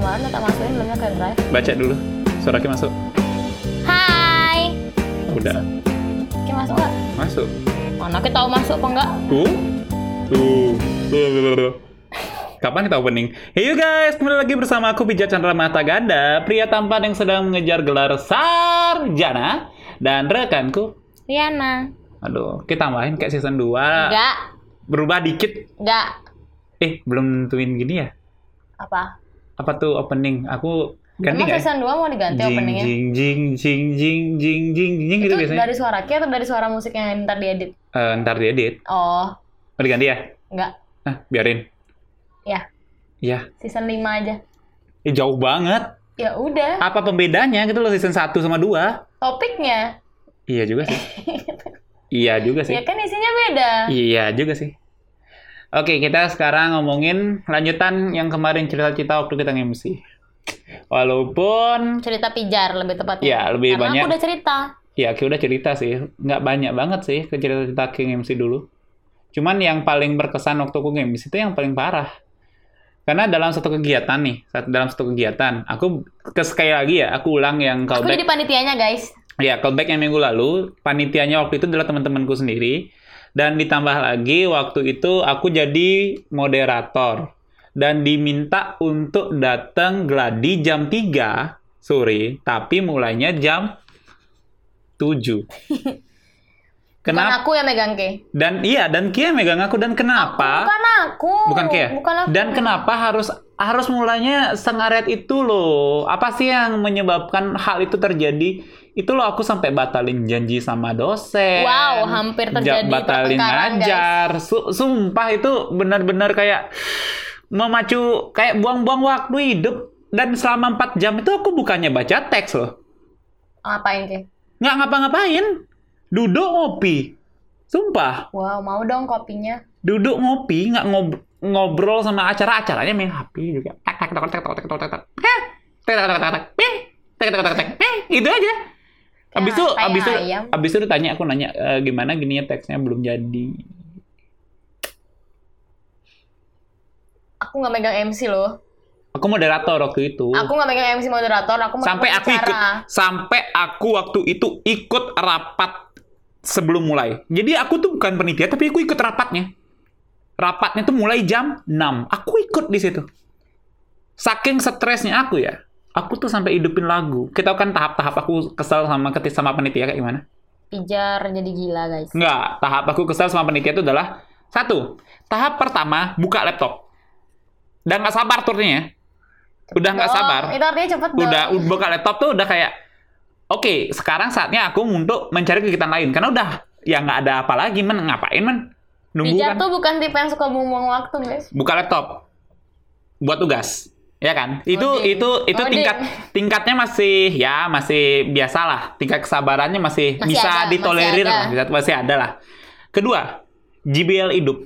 kemarin tak masukin belumnya ke drive. Baca dulu. Suara Ki masuk. Hai. Udah. Ki masuk nggak? Masuk. Mana kita tahu masuk apa enggak? Tuh. Kapan kita opening? Hey you guys, kembali lagi bersama aku Pijat Chandra Mata Ganda, pria tampan yang sedang mengejar gelar sarjana, dan rekanku Riana. Aduh, kita tambahin kayak season 2. Enggak. Berubah dikit. Enggak. Belum nentuin gini ya? Apa? Apa tuh opening? Aku ganti Emang nggak? season 2 mau diganti openingnya? Jing Itu gitu biasanya. dari suara Ki atau dari suara musik yang ntar diedit? Ntar diedit. Oh, Mau diganti ya? enggak. Biarin. Ya, Ya. season 5 aja. Jauh banget. Ya udah. Apa pembedanya gitu loh season 1 sama 2? Topiknya. Iya juga sih. Iya juga sih. Ya kan isinya beda. Iya juga sih. Oke, kita sekarang ngomongin lanjutan yang kemarin cerita-cerita waktu kita nge-MC. Walaupun Cerita pijar lebih tepatnya. Ya, lebih Karena banyak. aku udah cerita. ya Ki udah cerita sih, nggak banyak banget sih ke cerita-cerita Ki nge-MC dulu. Cuman yang paling berkesan waktu aku nge-MC itu yang paling parah. Karena dalam satu kegiatan nih, aku sekali lagi ya, aku ulang yang Aku callback. jadi panitianya, guys. Ya, callback yang minggu lalu, panitianya waktu itu adalah teman-temanku sendiri. Dan ditambah lagi, waktu itu aku jadi moderator. Dan diminta untuk datang gladi jam 3 sore, tapi mulainya jam 7. Bukan Kenapa? aku yang megang Ki. Dan Kia megang aku. Dan kenapa? Bukan aku. Bukan Kia? Bukan aku. Dan kenapa harus mulainya sengaret itu loh? Apa sih yang menyebabkan hal itu terjadi? Itu loh, aku sampai batalin janji sama dosen. Wow, hampir terjadi batalin pertengkaran, ngajar. Sumpah itu benar-benar kayak memacu, kayak buang-buang waktu hidup. Dan selama 4 jam itu aku bukannya baca teks loh. Ngapain, Ki? Nggak ngapa-ngapain. Duduk ngopi. Sumpah. Wow, mau dong kopinya. Duduk ngopi, nggak ngobrol sama acaranya main HP juga. Gitu aja. Abis itu ditanya, aku nanya gimana gini ya teksnya belum jadi. Aku nggak megang MC loh. Aku moderator waktu itu. Aku nggak megang MC moderator. Aku Sampai aku waktu itu ikut rapat sebelum mulai. Jadi aku tuh bukan panitia, tapi aku ikut rapatnya. Rapatnya tuh mulai jam 6. Aku ikut di situ. Saking stresnya aku ya. Aku tuh sampai hidupin lagu. Kita kan tahap-tahap aku kesel sama panitia kayak gimana? Pijar jadi gila, guys. Enggak, tahap aku kesel sama panitia itu adalah 1. Tahap pertama, buka laptop. Udah nggak sabar turnya. Udah nggak sabar. Itu artinya cepet dong. Udah buka laptop tuh udah kayak, oke, sekarang saatnya aku untuk mencari kegiatan lain. Karena udah, ya nggak ada apa lagi, ngapain, nunggu Pijar kan. tuh bukan tipe yang suka buang-buang waktu, guys. Buka laptop. Buat tugas. Ya kan? Itu Ngoding. tingkatnya masih biasalah. Tingkat kesabarannya masih bisa ada, ditolerir masih lah. Masih ada lah. Kedua, JBL hidup.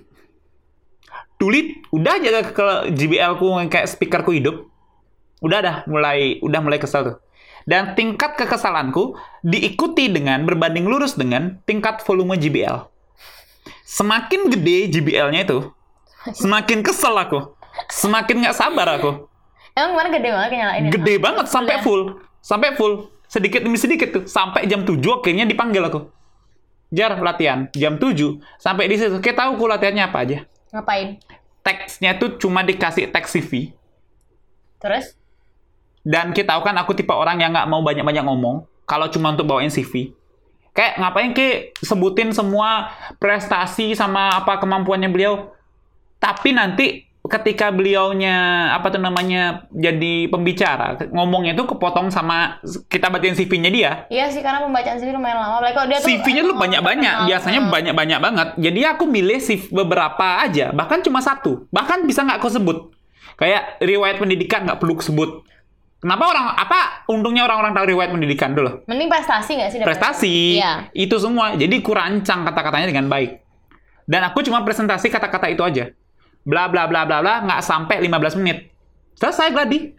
Tulit, udah jaga ke JBL ku kayak speakerku hidup. Udah mulai kesel tuh. Dan tingkat kekesalanku diikuti dengan berbanding lurus dengan tingkat volume JBL. Semakin gede JBL-nya itu, semakin kesel aku. Semakin nggak sabar aku. Emang kemarin gede banget nyalainnya? Gede banget sampai full. Sedikit demi sedikit tuh. Sampai jam 7 akhirnya dipanggil aku. Jar, latihan. Jam 7. Sampai di situ. Kita tahu aku latihannya apa aja. Ngapain? Teksnya tuh cuma dikasih teks CV. Terus? Dan kita tahu kan aku tipe orang yang nggak mau banyak-banyak ngomong. Kalau cuma untuk bawain CV. Kayak ngapain sebutin semua prestasi sama apa kemampuannya beliau. Tapi nanti ketika beliaunya jadi pembicara, ngomongnya tuh kepotong sama kita bacain CV-nya dia. Iya sih, karena pembacaan CV lumayan lama. Apalagi kalau dia tuh CV-nya tuh banyak-banyak, biasanya banyak-banyak banget. Jadi aku milih beberapa aja, bahkan cuma 1. Bahkan bisa nggak aku sebut. Kayak riwayat pendidikan nggak perlu sebut. Kenapa untungnya orang-orang tahu riwayat pendidikan dulu? Mending prestasi nggak sih? Prestasi. Iya. Itu semua. Jadi ku rancang kata-katanya dengan baik. Dan aku cuma presentasi kata-kata itu aja. Bla bla bla bla bla, nggak sampai 15 menit. Selesai gladi.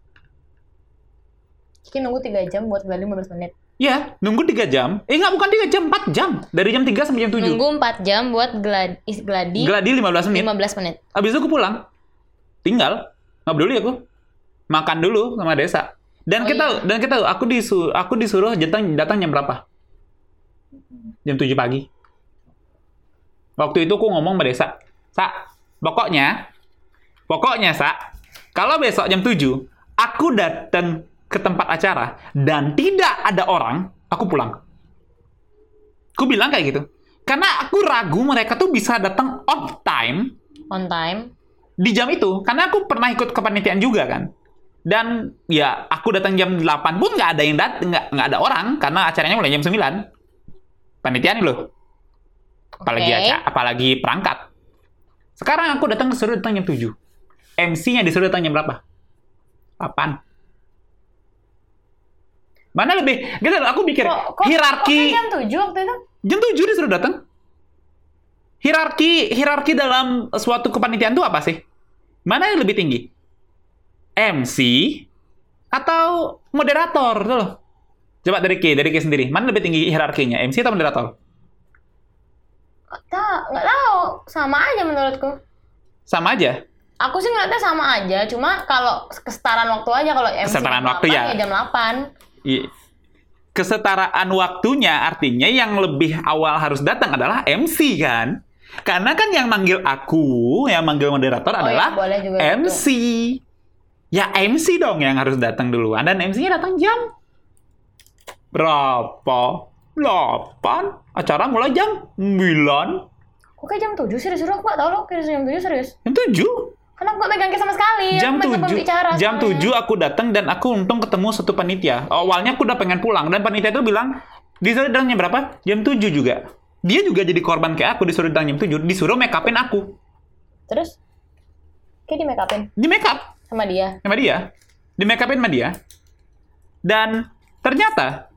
Ki nunggu 3 jam buat gladi 15 menit. Iya, nunggu 3 jam. Bukan 3 jam, 4 jam. Dari jam 3 sampai jam 7. Nunggu 4 jam buat gladi Gladi 15 menit. 15 menit. Habis itu aku pulang. Tinggal. Nggak peduli aku. Makan dulu sama Desa. Dan kita tahu aku disuruh datang jam berapa? Jam 7 pagi. Waktu itu aku ngomong sama Desa, pokoknya kalau besok jam 7 aku datang ke tempat acara dan tidak ada orang, aku pulang. Aku bilang kayak gitu. Karena aku ragu mereka tuh bisa datang on time di jam itu. Karena aku pernah ikut kepanitiaan juga kan. Dan ya aku datang jam 8 pun nggak ada yang nggak ada orang karena acaranya mulai jam 9. Panitiaan loh. Apalagi perangkat. Sekarang aku disuruh datang jam 7. MC-nya disuruh datang jam berapa? 8. Mana lebih? Gitu, aku pikir hierarki. Jam 7 waktu itu? Jam 7 disuruh datang. Hierarki dalam suatu kepanitiaan itu apa sih? Mana yang lebih tinggi? MC atau moderator tuh loh. Coba dari K sendiri. Mana lebih tinggi hierarkinya? MC atau moderator? Nggak tahu. Sama aja menurutku. Sama aja? Aku sih ngeliatnya sama aja. Cuma kalau kesetaraan waktu aja. Kalau MC kesetaraan waktu 8, ya jam 8. Kesetaraan waktunya artinya yang lebih awal harus datang adalah MC kan? Karena kan yang manggil moderator adalah boleh juga MC. Gitu. Ya MC dong yang harus datang duluan dan MC-nya datang jam berapa? 8. Acara mulai jam 9. Kok kayak jam 7 sih disuruh? Aku nggak tahu loh, kayak jam 7 serius. Jam 7? Karena aku nggak megang sama sekali. Jam 7 aku datang dan aku untung ketemu satu panitia. Awalnya aku udah pengen pulang dan panitia itu bilang, disuruh datang jam berapa? Jam 7 juga. Dia juga jadi korban kayak aku, disuruh datang jam 7, disuruh make upin aku. Terus? Kayak di make upin? Di make up. Sama dia? Sama dia. Di make upin sama dia. Dan ternyata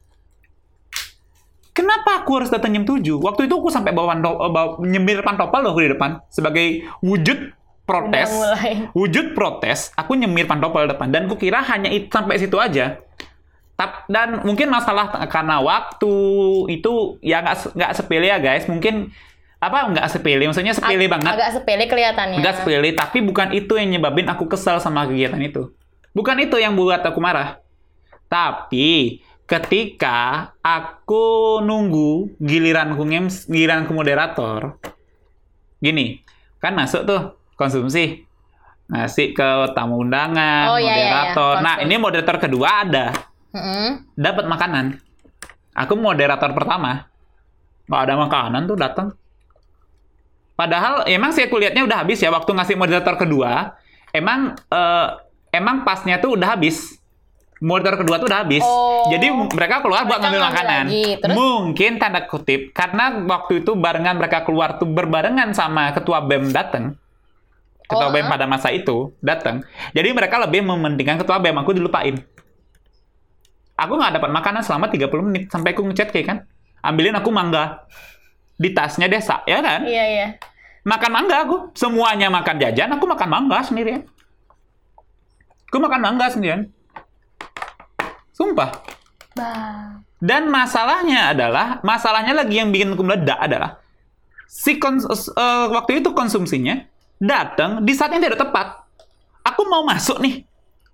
kenapa aku harus datang jam 7? Waktu itu aku sampai nyemir pantopel loh di depan sebagai wujud protes. Wujud protes, aku nyemir pantopel depan dan aku kira hanya sampai situ aja. Dan mungkin masalah karena waktu itu ya nggak sepele ya guys. Mungkin nggak sepele, maksudnya sepele banget. Agak sepele kelihatannya. Agak sepele, tapi bukan itu yang nyebabin aku kesal sama kegiatan itu. Bukan itu yang buat aku marah. Tapi ketika aku nunggu giliranku moderator, gini, kan masuk tuh konsumsi, ngasih ke tamu undangan, moderator. Nah, ini moderator kedua ada, dapat makanan. Aku moderator pertama, nggak ada makanan tuh datang. Padahal emang sih aku lihatnya udah habis ya waktu ngasih moderator kedua. Emang pasnya tuh udah habis. Moderator kedua tuh udah habis. Jadi mereka keluar buat ngambil makanan. Mungkin tanda kutip karena waktu itu barengan mereka keluar tuh berbarengan sama ketua BEM datang. Ketua BEM pada masa itu datang. Jadi mereka lebih mementingkan ketua BEM, aku dilupain. Aku nggak dapat makanan selama 30 menit sampai aku ngechat kayak kan. Ambilin aku mangga. Di tasnya Desa, ya kan? Iya. Makan mangga aku. Semuanya makan jajan, aku makan mangga sendirian. Aku makan mangga sendirian. Sumpah. Dan masalahnya lagi yang bikin aku meledak adalah waktu itu konsumsinya datang di saat yang tidak tepat. Aku mau masuk nih.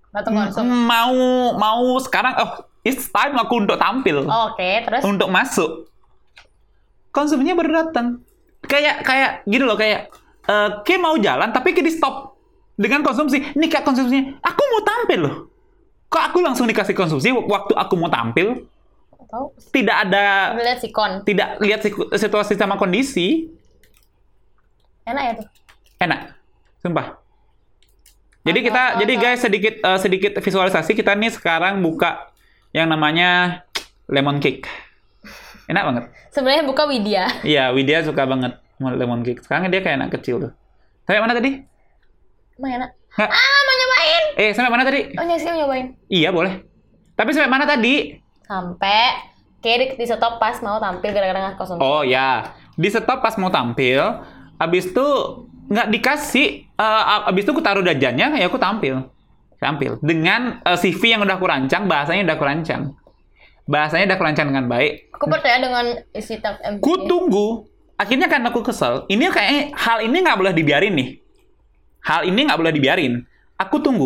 Mau sekarang, it's time aku untuk tampil. Terus? Untuk masuk. Konsumsinya baru datang. Kayak gitu loh, kayak mau jalan tapi di stop dengan konsumsi. Ini kayak konsumsinya, aku mau tampil loh. Kok aku langsung dikasih konsumsi waktu aku mau tampil? Tidak ada lihat sikon. Tidak lihat situasi sama kondisi. Enak ya tuh? Enak. Sumpah. Jadi guys sedikit visualisasi, kita nih sekarang buka yang namanya lemon cake. Enak banget. Sebenarnya buka Widya. Iya, Widya suka banget lemon cake. Sekarang dia kayak anak kecil tuh. Sampai mana tadi? Emang enak? Nggak. Mau nyobain. Sampai mana tadi? Nyesi mau nyobain. Iya, boleh. Tapi sampai mana tadi? Sampai kayak di stop pas mau tampil gara-gara nggak konsumsi. Oh ya, di stop pas mau tampil. Abis itu nggak dikasih. Abis itu aku taruh jajannya, ya aku tampil. Dengan CV yang udah aku rancang, bahasanya udah aku rancang. Bahasanya udah kerancang dengan baik. Aku percaya dengan isi tag MBA. Ku tunggu. Akhirnya kan aku kesel. Ini kayaknya hal ini nggak boleh dibiarin nih. Aku tunggu.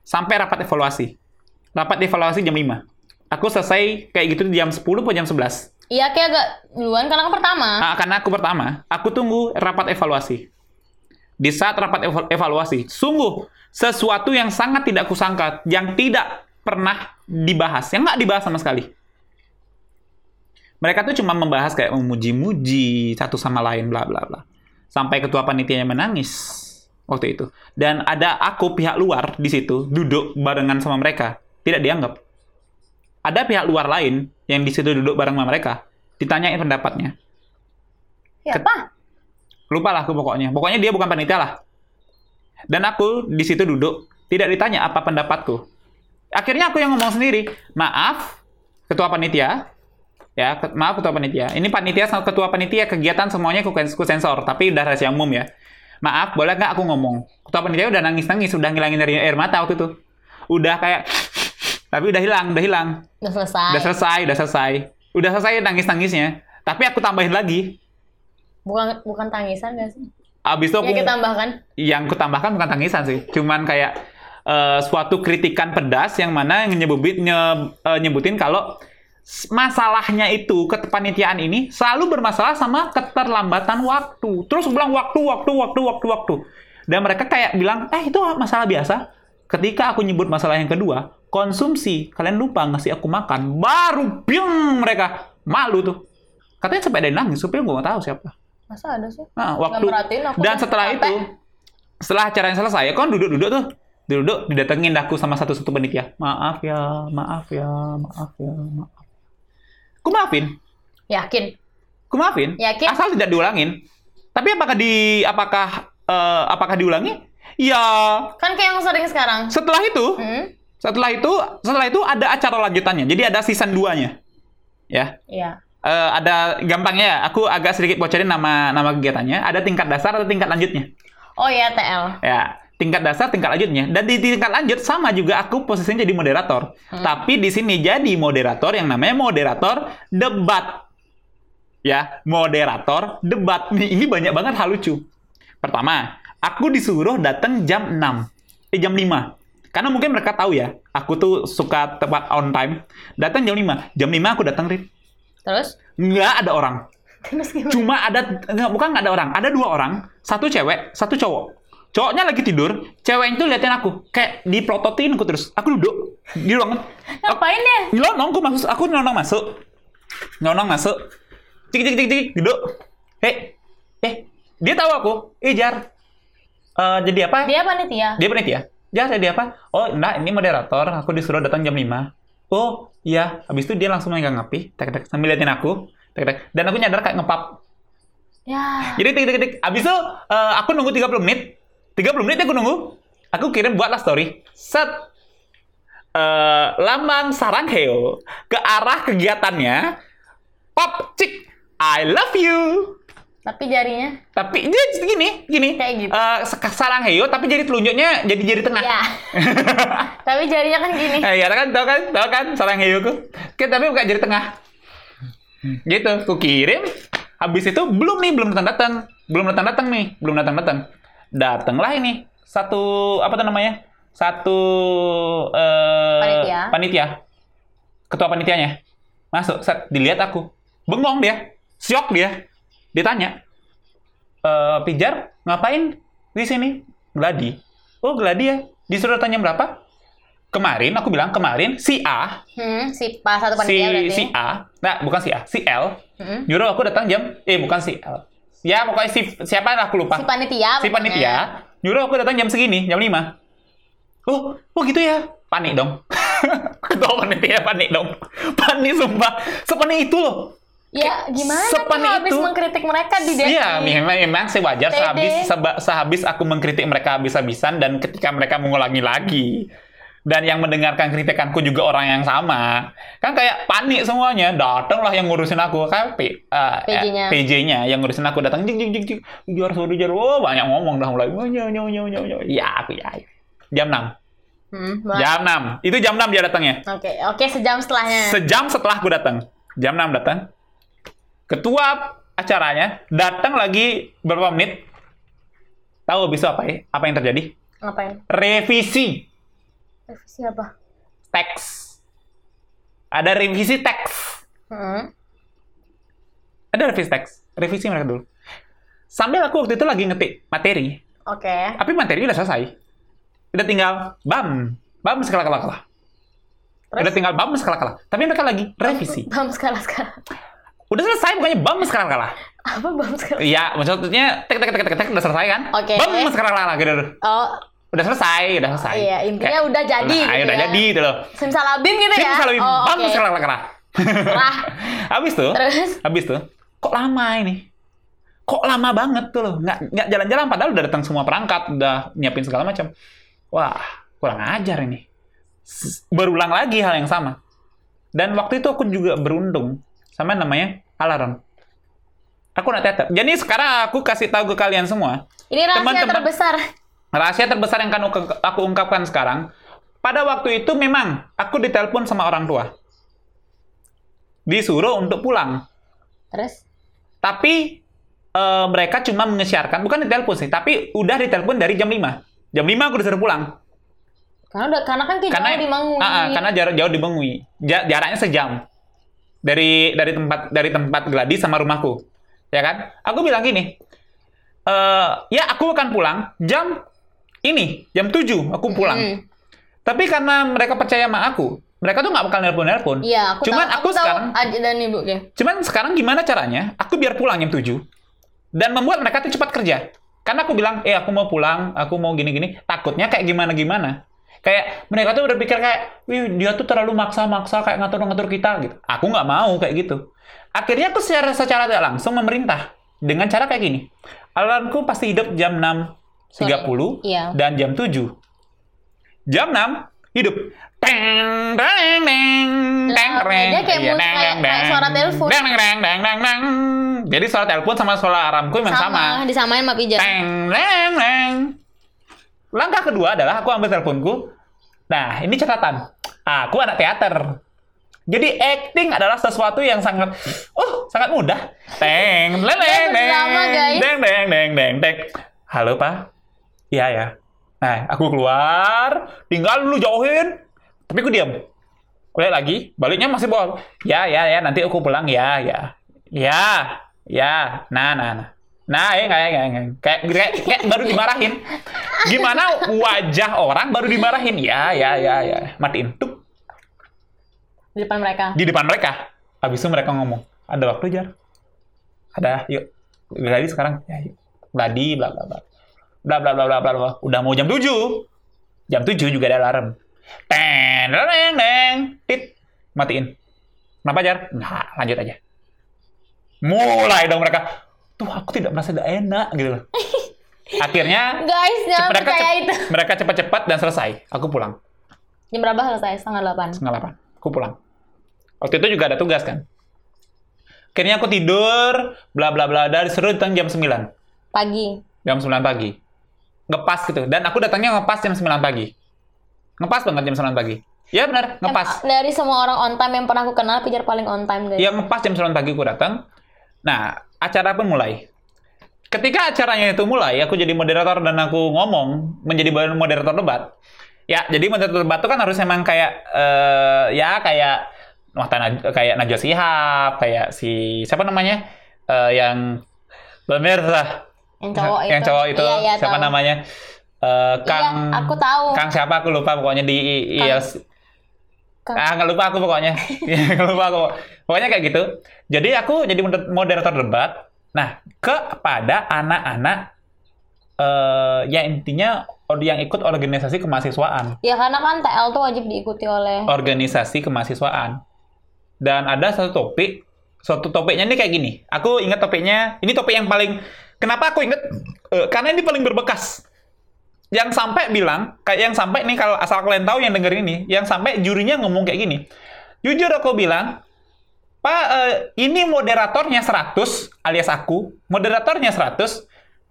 sampai rapat evaluasi. Rapat evaluasi jam 5. Aku selesai kayak gitu di jam 10 atau jam 11. Iya, kayak agak duluan karena kan pertama. Karena aku pertama, aku tunggu rapat evaluasi. Di saat rapat evaluasi, sungguh sesuatu yang sangat tidak kusangka, yang tidak pernah dibahas, yang nggak dibahas sama sekali. Mereka tuh cuma membahas kayak memuji-muji satu sama lain, bla bla bla. Sampai ketua panitianya menangis waktu itu. Dan ada aku pihak luar di situ duduk barengan sama mereka, tidak dianggap. Ada pihak luar lain yang di situ duduk bareng sama mereka, ditanyain pendapatnya. Siapa? Lupa lah aku pokoknya. Pokoknya dia bukan panitia lah. Dan aku di situ duduk, tidak ditanya apa pendapatku. Akhirnya aku yang ngomong sendiri. Maaf, ketua panitia. Ya, maaf ketua panitia. Ini panitia sama ketua panitia kegiatan semuanya aku sensor, tapi udah rahasia umum ya. Maaf, boleh nggak aku ngomong? Ketua panitia udah nangis-nangis, udah ngilangin dari air mata waktu itu. Udah kayak, tapi udah hilang. Udah selesai. Udah selesai nangis-nangisnya. Tapi aku tambahin lagi. Bukan tangisan nggak sih? Abis itu aku, yang kutambahkan bukan tangisan sih. Cuman kayak suatu kritikan pedas yang mana nyebutin kalau masalahnya itu kepanitiaan ini selalu bermasalah sama keterlambatan waktu. Terus bilang waktu. Dan mereka kayak bilang, itu masalah biasa. Ketika aku nyebut masalah yang kedua, konsumsi, kalian lupa ngasih aku makan, baru biung mereka malu tuh. Katanya sampai ada yang nangis, supaya gue nggak tahu siapa. Masa ada sih? Nah, waktu dan setelah itu, setelah acara yang selesai, kan duduk tuh, didatengin aku sama satu panitia. Maaf ya. Ku maafin. Yakin? Ku maafin. Yakin? Asal tidak diulangin. Tapi apakah diulangi? Ya. Kan kayak yang sering sekarang. Setelah itu ada acara lanjutannya. Jadi ada season 2-nya. Ya. Iya. Ada gampangnya ya. Aku agak sedikit bocorin nama kegiatannya. Ada tingkat dasar atau tingkat lanjutnya. Oh ya, TL. Ya, tingkat dasar, tingkat lanjutnya. Dan di tingkat lanjut sama juga aku posisinya jadi moderator. Tapi di sini jadi moderator yang namanya moderator debat. Ya, moderator debat. Ini banyak banget hal lucu. Pertama, aku disuruh datang jam 5. Karena mungkin mereka tahu ya, aku tuh suka tepat on time. Datang jam 5. Jam 5 aku datang, Rit. Terus? Nggak ada orang. Terus gimana? Cuma bukan nggak ada orang. Ada 2 orang. Satu cewek, satu cowok. Cowoknya lagi tidur, cewek itu liatin aku. Kayak diprototin aku terus. Aku duduk di ruangan. Ngapain ya? Aku nyelonong masuk. Cik, duduk. Dia tahu aku. Jar. Jadi apa? Dia panitia. Jar, jadi apa? Oh, enggak, ini moderator. Aku disuruh datang jam 5. Oh, iya. Habis itu dia langsung megang api. Tek, sambil liatin aku. Tek. Dan aku nyadar kayak ngepap. Ya. Jadi tek. Habis itu aku nunggu 30 menit. 30 menit aku nunggu. Aku kirim buatlah story. Set. Lambang Sarangheo ke arah kegiatannya. Pop, cik. I love you. Tapi jarinya? Tapi dia gini. Kayak gitu. Sarangheo, tapi jari telunjuknya jadi jari tengah. Ya. Tapi jarinya kan gini. Ya tahu kan Sarangheo ku. Tapi bukan jari tengah. Gitu, ku kirim. Habis itu belum datang. Datanglah ini satu panitia. Ketua panitianya. Masuk, dilihat aku. Bengong dia. Syok dia. Ditanya, Pijar, ngapain di sini? Gladi. Oh, gladi ya? Disuruh tanya berapa? Kemarin, aku bilang si A. Si Pak satu panitia berarti. Si A. Nah, bukan si A, si L. Nyuruh aku datang bukan si L. Ya, pokoknya siapa lah, aku lupa. Si panitia. Nyuruh aku datang jam segini, jam 5. Oh gitu ya? Panik dong. Ketua panitia panik dong. Panik, sumpah. Sepanik itu loh. Ya, gimana nih habis mengkritik mereka di DI? Iya, memang sewajar sehabis aku mengkritik mereka habis-habisan dan ketika mereka mengulangi lagi. Dan yang mendengarkan kritikanku juga orang yang sama. Kan kayak panik semuanya. Datanglah yang ngurusin aku. Kan PJ-nya yang ngurusin aku. Datang, jik. Jar. Oh, banyak ngomong dah mulai. Ya, aku ya. Jam 6. Jam 6. Itu jam 6 dia datangnya. Oke, sejam setelahnya. Sejam setelah aku datang. Jam 6 datang. Ketua acaranya datang lagi berapa menit? Tahu habis itu apa yang terjadi? Ngapain? Revisi. Revisi apa? Teks. Ada revisi teks. Ada revisi teks. Revisi mereka dulu. Sambil aku waktu itu lagi ngetik materi. Oke. Tapi materi udah selesai. Udah tinggal bam skala. Udah tinggal bam skala. Tapi mereka lagi revisi. Bam skala. Udah selesai bukannya bam skala. Apa bam skala? Iya, maksudnya tek udah selesai kan? Oke. Bam skala gitu. Oh. Udah selesai. Iya, intinya udah jadi gitu udah ya. jadi gitu loh. Simsalabim gitu ya. Simsalabim, bam skala. Habis tuh, kok lama ini? Kok lama banget tuh loh. Nggak jalan-jalan padahal udah datang semua perangkat, udah nyiapin segala macam. Wah, kurang ajar ini. Berulang lagi hal yang sama. Dan waktu itu aku juga beruntung sama namanya alarm. Aku anak teater. Jadi sekarang aku kasih tahu ke kalian semua. Ini rahasia teman-teman, terbesar. Rahasia terbesar yang akan aku ungkapkan sekarang. Pada waktu itu memang aku ditelepon sama orang tua. Disuruh untuk pulang. Terus? Tapi mereka cuma mengisyarkan, bukan ditelepon sih, tapi udah ditelepon dari jam 5. Jam 5 aku disuruh pulang. Karena kan jauh di Mangui. Karena jauh di Mangui. Jaraknya sejam. Dari tempat Gladys sama rumahku. Ya kan? Aku bilang gini, ya aku akan pulang jam 7 aku pulang. Tapi karena mereka percaya sama aku, mereka tuh nggak bakal nelpon. Iya, aku sekarang tahu adik dan ibu ya. Cuman sekarang gimana caranya? Aku biar pulang jam 7 dan membuat mereka tuh cepat kerja. Karena aku bilang, aku mau pulang, aku mau gini-gini. Takutnya kayak gimana-gimana. Kayak mereka tuh berpikir kayak, wih dia tuh terlalu maksa-maksa kayak ngatur-ngatur kita gitu. Aku nggak mau kayak gitu. Akhirnya aku secara tidak langsung memerintah dengan cara kayak gini. Alarmku pasti hidup jam 6.30 dan jam 7. Jam 6 hidup. Teng teng teng teng teng. Dia kayak suara telepon. Deng. Jadi suara telepon sama suara alarmku memang sama. Disamain sama pijar. Teng teng teng. Langkah kedua adalah aku ambil teleponku. Nah, ini catatan. Aku anak teater. Jadi acting adalah sesuatu yang sangat mudah. Teng teng. Halo, Pak. Iya ya. Nah, aku keluar, tinggal lu jauhin. Tapi aku diam. Aku lihat lagi, baliknya masih bohong. Ya, nanti aku pulang ya. Nah, kayak baru dimarahin. Gimana wajah orang baru dimarahin? Ya. Matiin. Tuh. Di depan mereka. Habis itu mereka ngomong, ada waktu, Jar? Ada, yuk. Gladi sekarang. Ya, yuk. Gladi, bla bla bla. Bla bla bla bla bla. Udah mau jam 7. Jam 7 juga ada alarm. Teng. Tit. Matiin. Kenapa, Jar? Nah, lanjut aja. Mulai dong mereka. Tuh, aku tidak merasa enak gitu loh. Akhirnya guys, jangan percaya itu. Mereka cepat-cepat dan selesai. Aku pulang. Jam berapa selesai? 7:30. 7:30. Aku pulang. Waktu itu juga ada tugas kan. Akhirnya aku tidur, bla bla bla, dari disuruh datang jam 9. Pagi. Jam 9 pagi. Ngepas gitu. Dan aku datangnya ngepas jam 9 pagi. Ngepas banget jam 9 pagi. Ya benar, ngepas. Dari semua orang on time yang pernah aku kenal, Pijar paling on time guys. Ya ngepas jam 9 pagi aku datang. Nah, acara pun mulai. Ketika acaranya itu mulai, aku jadi moderator dan aku ngomong menjadi moderator debat. Ya, jadi moderator debat itu kan harus emang kayak kayak Najwa Shihab, kayak si siapa namanya? Yang pemirsa. Yang cowok itu iya, siapa tahu. namanya? Kang. Iya, aku tahu. Kang siapa aku lupa pokoknya di nggak lupa aku pokoknya. Nggak lupa aku. Pokoknya kayak gitu. Jadi aku jadi moderator debat. Nah, kepada anak-anak ya intinya yang ikut organisasi kemahasiswaan. Ya karena kan TL tuh wajib diikuti oleh organisasi kemahasiswaan. Dan ada satu topiknya ini kayak gini. Aku ingat topiknya, ini topik yang paling, kenapa aku ingat? Karena ini paling berbekas. Yang sampai nih kalau asal kalian tahu yang denger ini, yang sampai jurinya ngomong kayak gini. Jujur aku bilang, Pak, ini moderatornya 100, alias aku, moderatornya 100,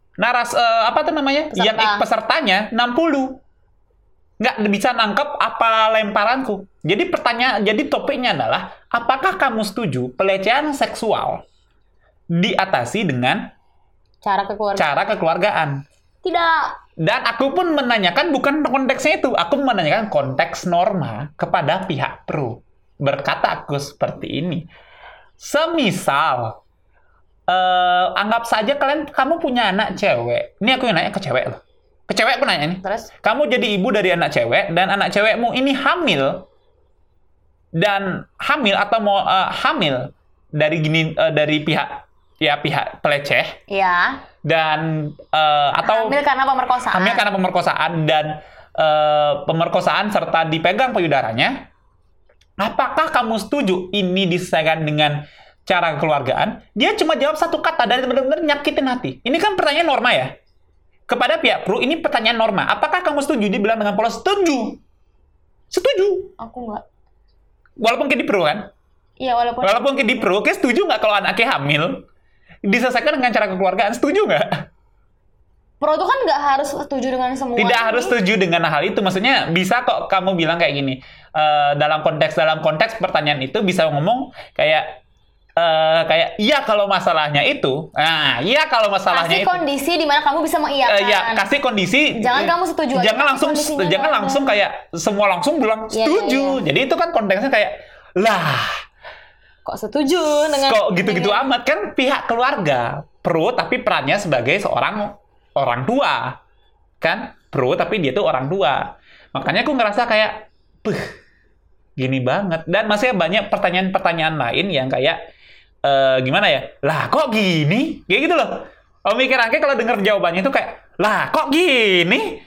pesertanya 60. Nggak bisa nangkep apa lemparanku. Jadi topiknya adalah, apakah kamu setuju pelecehan seksual diatasi dengan cara kekeluargaan? Tidak. Dan aku pun menanyakan bukan konteksnya itu, aku menanyakan konteks norma kepada pihak pro. Berkata aku seperti ini. Semisal, anggap saja kamu punya anak cewek. Ini aku yang nanya ke cewek loh. Ke cewek aku nanya nih. Terus? Kamu jadi ibu dari anak cewek, dan anak cewekmu ini hamil. Dan hamil atau mau hamil dari pihak peleceh. Iya. Dan atau Hamil karena pemerkosaan. hamil karena pemerkosaan dan pemerkosaan serta dipegang payudaranya, apakah kamu setuju ini diselesaikan dengan cara kekeluargaan? Dia cuma jawab satu kata dan benar-benar nyakitin hati. Ini kan pertanyaan norma ya. Kepada pihak pro ini pertanyaan norma. Apakah kamu setuju? Dia bilang dengan polos setuju. Setuju. Aku nggak. Walaupun kayak di pro kan? Iya, Walaupun kayak di pro, kayak setuju nggak kalau anaknya hamil? Diselesaikan dengan cara kekeluargaan, setuju nggak? Pro itu kan nggak harus setuju dengan semua. Tidak harus setuju dengan hal itu. Maksudnya bisa kok kamu bilang kayak gini. Dalam konteks pertanyaan itu bisa ngomong kayak iya kalau masalahnya itu. Nah, iya kalau masalahnya kasih itu. kondisi di mana kamu bisa mengiyakan. Ya, kasih kondisi. Jangan kamu setuju aja, Jangan langsung kondisinya jangan nggak langsung ada. kayak semua langsung bilang Iya, setuju. iya. Jadi itu kan konteksnya kayak lah, Kok setuju dengan kok gitu-gitu dengan- amat kan pihak keluarga pro tapi perannya sebagai seorang orang tua kan pro tapi dia tuh orang tua, makanya aku ngerasa kayak gini banget. Dan masih banyak pertanyaan-pertanyaan lain yang kayak gimana ya, lah kok gini kayak gitu loh. Mikir angke kalau denger jawabannya itu kayak lah kok gini.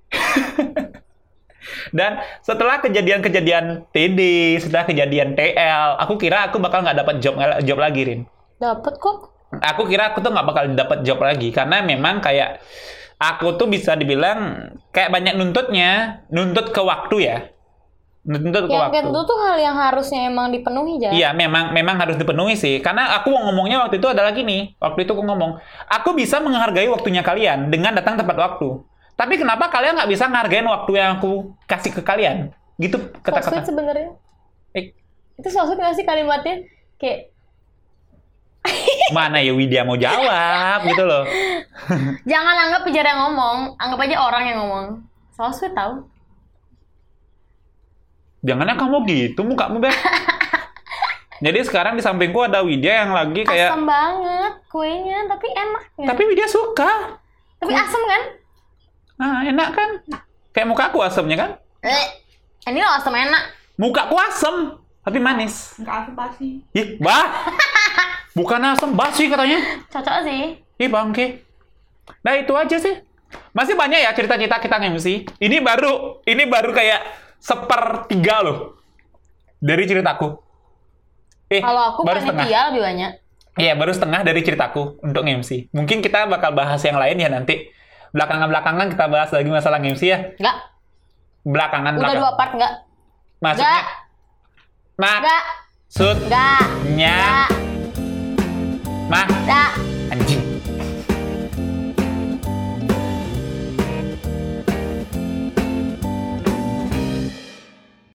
Dan setelah kejadian-kejadian TD, setelah kejadian TL, aku kira aku bakal nggak dapat job lagi, Rin. Dapet kok. Aku kira aku tuh nggak bakal dapat job lagi karena memang kayak aku tuh bisa dibilang kayak banyak nuntut ke waktu ya, nuntut ke Yang waktu. itu tuh hal yang harusnya emang dipenuhi aja. Iya, memang harus dipenuhi sih. Karena aku ngomongnya waktu itu adalah gini. Waktu itu aku ngomong, aku bisa menghargai waktunya kalian dengan datang tepat waktu. Tapi kenapa kalian nggak bisa ngehargain waktu yang aku kasih ke kalian? Gitu So sweet kata-kata. sebenarnya. Eh, Itu so sweet nggak sih kalimatnya? Kayak mana ya Widya mau jawab gitu loh. jangan anggap pijar yang ngomong, anggap aja orang yang ngomong. So sweet tau. Jangannya kamu gitu mukamu, Beb. Jadi sekarang di sampingku ada Widya yang lagi kayak... Asam banget kuenya, tapi enaknya. Tapi Widya suka. Tapi asam kan? Nah, enak kan? Kayak mukaku asemnya kan? Ini loh asam enak. Mukaku asem, tapi manis. Enggak asam basi. Ih, bah! Bukan asem, basi katanya. Cocok sih. Ih, bangke. Nah, itu aja sih. Masih banyak ya cerita-cerita kita nge-MC. Ini baru kayak 1/3 loh. Dari ceritaku. Kalau aku baru setengah. panitia lebih banyak. Iya, baru setengah dari ceritaku untuk nge-MC. Mungkin kita bakal bahas yang lain ya nanti. Belakangan kita bahas lagi masalah nge-MC ya. Enggak. Belakangan. Udah 2 part enggak? Maksudnya, Enggak. maksudnya, Enggak. mah, Enggak.